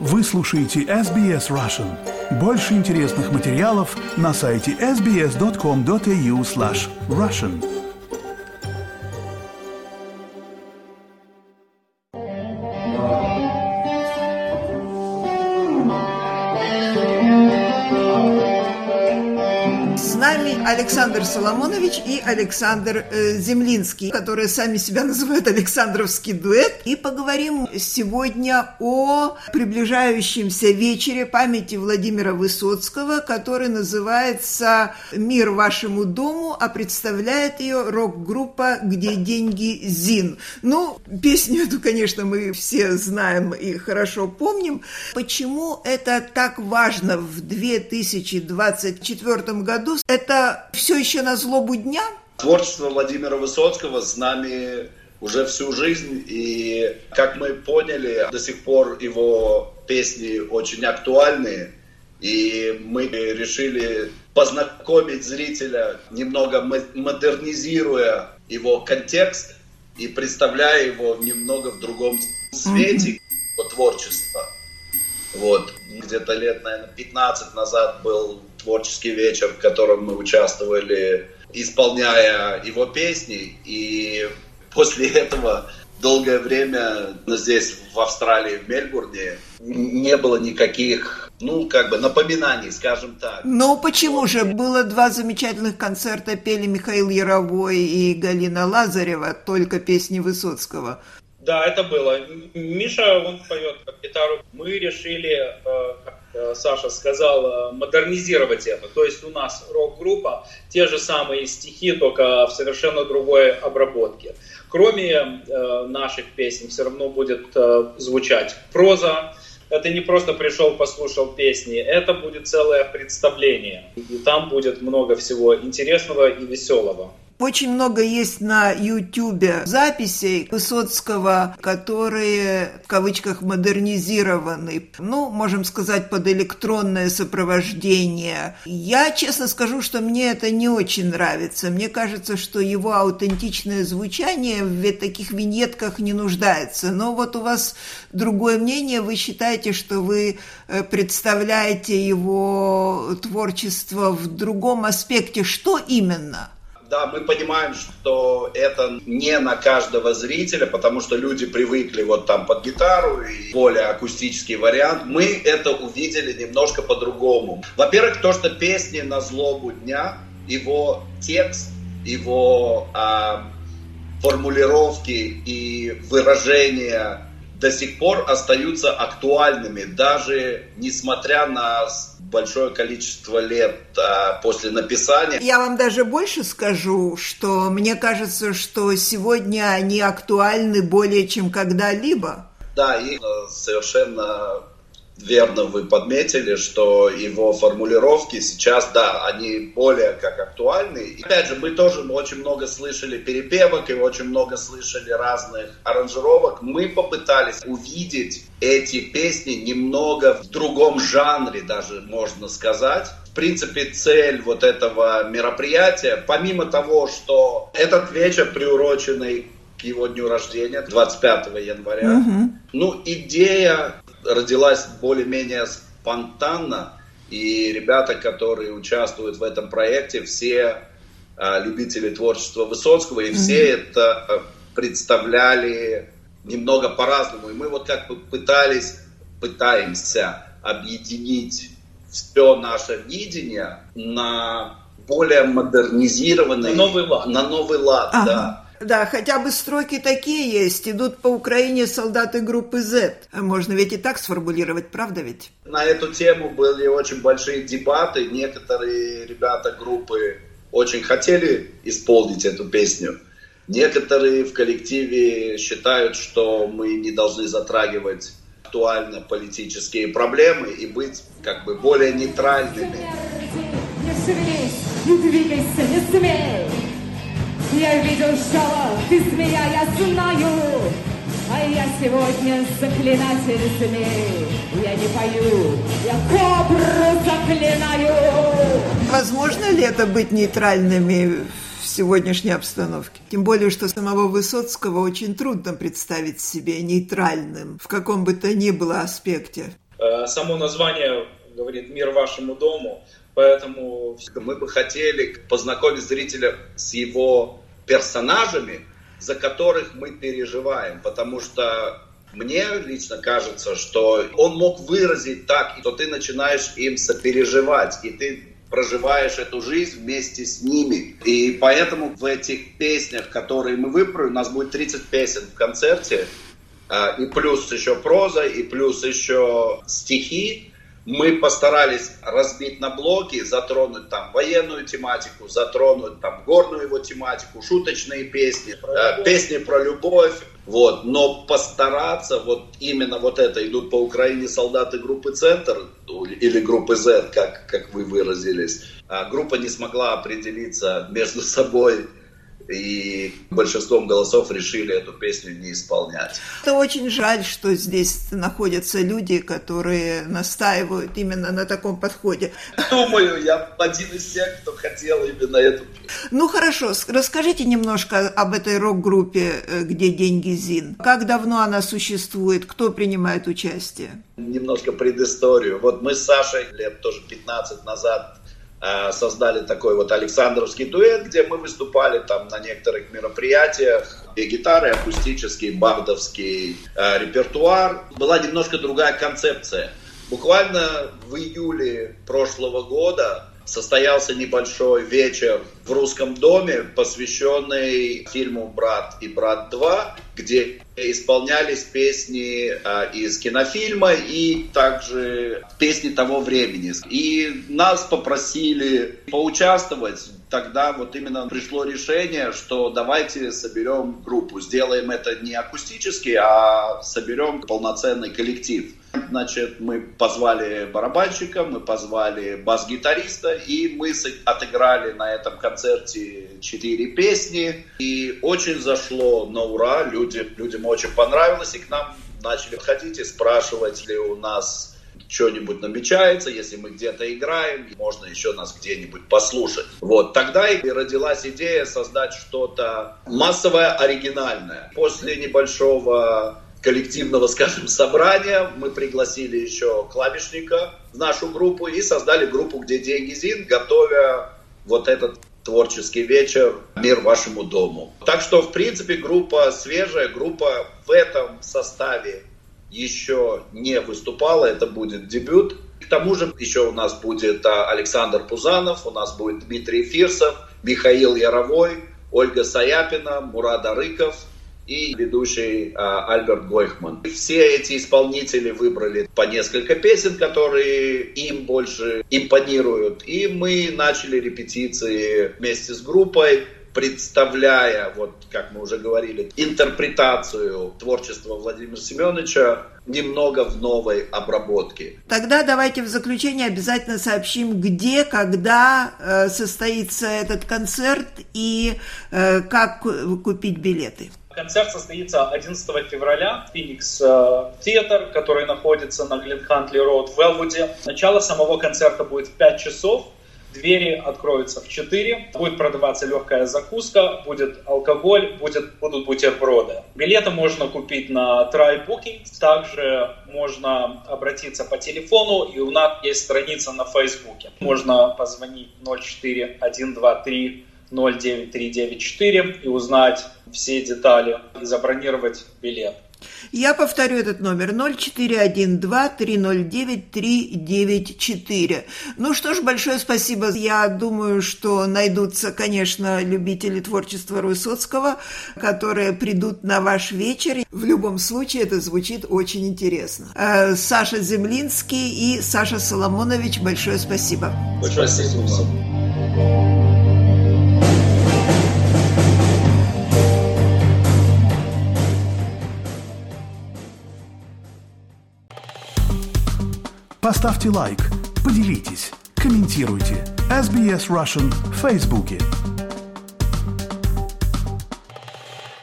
Вы слушаете SBS Russian. Больше интересных материалов на сайте sbs.com.au/russian. С нами Александр Соломонович и Александр Землинский, которые сами себя называют Александровский дуэт. И поговорим сегодня о приближающемся вечере памяти Владимира Высоцкого, который называется «Мир вашему дому», а представляет ее рок-группа «Где деньги ЗИН». Ну, песню эту, конечно, мы все знаем и хорошо помним. Почему это так важно в 2024 году? Это все еще на злобу дня? Творчество Владимира Высоцкого с нами уже всю жизнь, и, как мы поняли, до сих пор его песни очень актуальны, и мы решили познакомить зрителя, немного модернизируя его контекст и представляя его немного в другом свете его творчества. Вот. Где-то лет, наверное, 15 назад был творческий вечер, в котором мы участвовали, исполняя его песни. И после этого долгое время здесь, в Австралии, в Мельбурне, не было никаких, напоминаний, скажем так. Ну, почему же? Было два замечательных концерта, пели Михаил Яровой и Галина Лазарева, только песни Высоцкого. Да, это было. Миша, он поет гитару. Мы решили, как Саша сказал, модернизировать это. То есть у нас рок-группа, те же самые стихи, только в совершенно другой обработке. Кроме наших песен все равно будет звучать проза. Это не просто пришел, послушал песни, это будет целое представление. И там будет много всего интересного и веселого. Очень много есть на Ютубе записей Высоцкого, которые, в кавычках, модернизированы. Можем сказать, под электронное сопровождение. Я честно скажу, что мне это не очень нравится. Мне кажется, что его аутентичное звучание в таких виньетках не нуждается. Но вот у вас другое мнение. Вы считаете, что вы представляете его творчество в другом аспекте. Что именно? Да, мы понимаем, что это не на каждого зрителя, потому что люди привыкли под гитару и более акустический вариант. Мы это увидели немножко по-другому. Во-первых, то, что песни на злобу дня, его текст, его формулировки и выражения до сих пор остаются актуальными, даже несмотря на большое количество лет после написания. Я вам даже больше скажу, что мне кажется, что сегодня они актуальны более чем когда-либо. Да, и совершенно верно вы подметили, что его формулировки сейчас, да, они более как актуальны. И опять же, мы тоже очень много слышали перепевок и очень много слышали разных аранжировок. Мы попытались увидеть эти песни немного в другом жанре, даже можно сказать. В принципе, цель этого мероприятия, помимо того, что этот вечер приуроченный к его дню рождения, 25 января, идея родилась более-менее спонтанно, и ребята, которые участвуют в этом проекте, все любители творчества Высоцкого, и все это представляли немного по-разному. И мы пытаемся объединить все наше видение на более модернизированный... На новый лад. На новый лад, ага. Да. Да, хотя бы строки такие есть. Идут по Украине солдаты группы Z. Можно ведь и так сформулировать, правда ведь? На эту тему были очень большие дебаты. Некоторые ребята группы очень хотели исполнить эту песню. Некоторые в коллективе считают, что мы не должны затрагивать актуально политические проблемы и быть более нейтральными. Не шевелись, не двигайся, не смей. Я видел шалом, ты змея, я знаю. А я сегодня заклинатель змей. Я не пою, я кобру заклинаю. Возможно ли это быть нейтральными в сегодняшней обстановке? Тем более, что самого Высоцкого очень трудно представить себе нейтральным в каком бы то ни было аспекте. Само название говорит «Мир вашему дому», поэтому... Мы бы хотели познакомить зрителя с его персонажами, за которых мы переживаем, потому что мне лично кажется, что он мог выразить так, что ты начинаешь им сопереживать, и ты проживаешь эту жизнь вместе с ними. И поэтому в этих песнях, которые мы выбрали, у нас будет 30 песен в концерте, и плюс еще проза, и плюс еще стихи. Мы постарались разбить на блоки, затронуть там военную тематику, затронуть там горную его тематику, шуточные песни, песни про любовь. Вот. Но постараться, вот именно вот это, идут по Украине солдаты группы «Центр» или группы Z, как вы выразились. Группа не смогла определиться между собой, и большинством голосов решили эту песню не исполнять. Это очень жаль, что здесь находятся люди, которые настаивают именно на таком подходе. Думаю, я один из тех, кто хотел именно эту песню. Ну хорошо, расскажите немножко об этой рок-группе «Где деньги, Зин». Как давно она существует, кто принимает участие? Немножко предысторию. Вот мы с Сашей лет тоже 15 назад создали такой вот Александровский дуэт, где мы выступали там на некоторых мероприятиях. И гитары, акустический, бардовский репертуар. Была немножко другая концепция. Буквально в июле прошлого года состоялся небольшой вечер в Русском доме, посвященный фильму «Брат» и «Брат 2», где исполнялись песни из кинофильма и также песни того времени. И нас попросили поучаствовать. Тогда вот именно пришло решение, что давайте соберем группу. Сделаем это не акустически, а соберем полноценный коллектив. Значит, мы позвали барабанщика, мы позвали бас-гитариста, и мы отыграли на этом концерте 4 песни. И очень зашло на ура, людям очень понравилось, и к нам начали подходить и спрашивать, ли у нас что-нибудь намечается, если мы где-то играем, можно еще нас где-нибудь послушать. Вот, тогда и родилась идея создать что-то массовое, оригинальное. После небольшого коллективного, скажем, собрания мы пригласили еще клавишника в нашу группу и создали группу «Где деньги, Зин», готовя вот этот творческий вечер «Мир вашему дому». Так что, в принципе, группа свежая, группа в этом составе еще не выступала, это будет дебют. К тому же еще у нас будет Александр Пузанов, у нас будет Дмитрий Фирсов, Михаил Яровой, Ольга Саяпина, Мурад Арыков и ведущий Альберт Гойхман. Все эти исполнители выбрали по несколько песен, которые им больше импонируют. И мы начали репетиции вместе с группой, представляя, вот как мы уже говорили, интерпретацию творчества Владимира Семеновича немного в новой обработке. Тогда давайте в заключение обязательно сообщим, где, когда состоится этот концерт и как купить билеты. Концерт состоится 11 февраля в Phoenix Theater, который находится на Глен-Хантли Роуд в Элвуде. Начало самого концерта будет в 5 часов. Двери откроются в 4, будет продаваться легкая закуска, будет алкоголь, будут бутерброды. Билеты можно купить на Try Booking, также можно обратиться по телефону, и у нас есть страница на Фейсбуке. Можно позвонить 04-123-09394 и узнать все детали и забронировать билет. Я повторю этот номер 0412-309-394. Ну что ж, большое спасибо. Я думаю, что найдутся, конечно, любители творчества Высоцкого, которые придут на ваш вечер. В любом случае, это звучит очень интересно. Саша Землинский и Саша Соломонович, большое спасибо. Большое спасибо. Поставьте лайк, поделитесь, комментируйте. SBS Russian в Фейсбуке.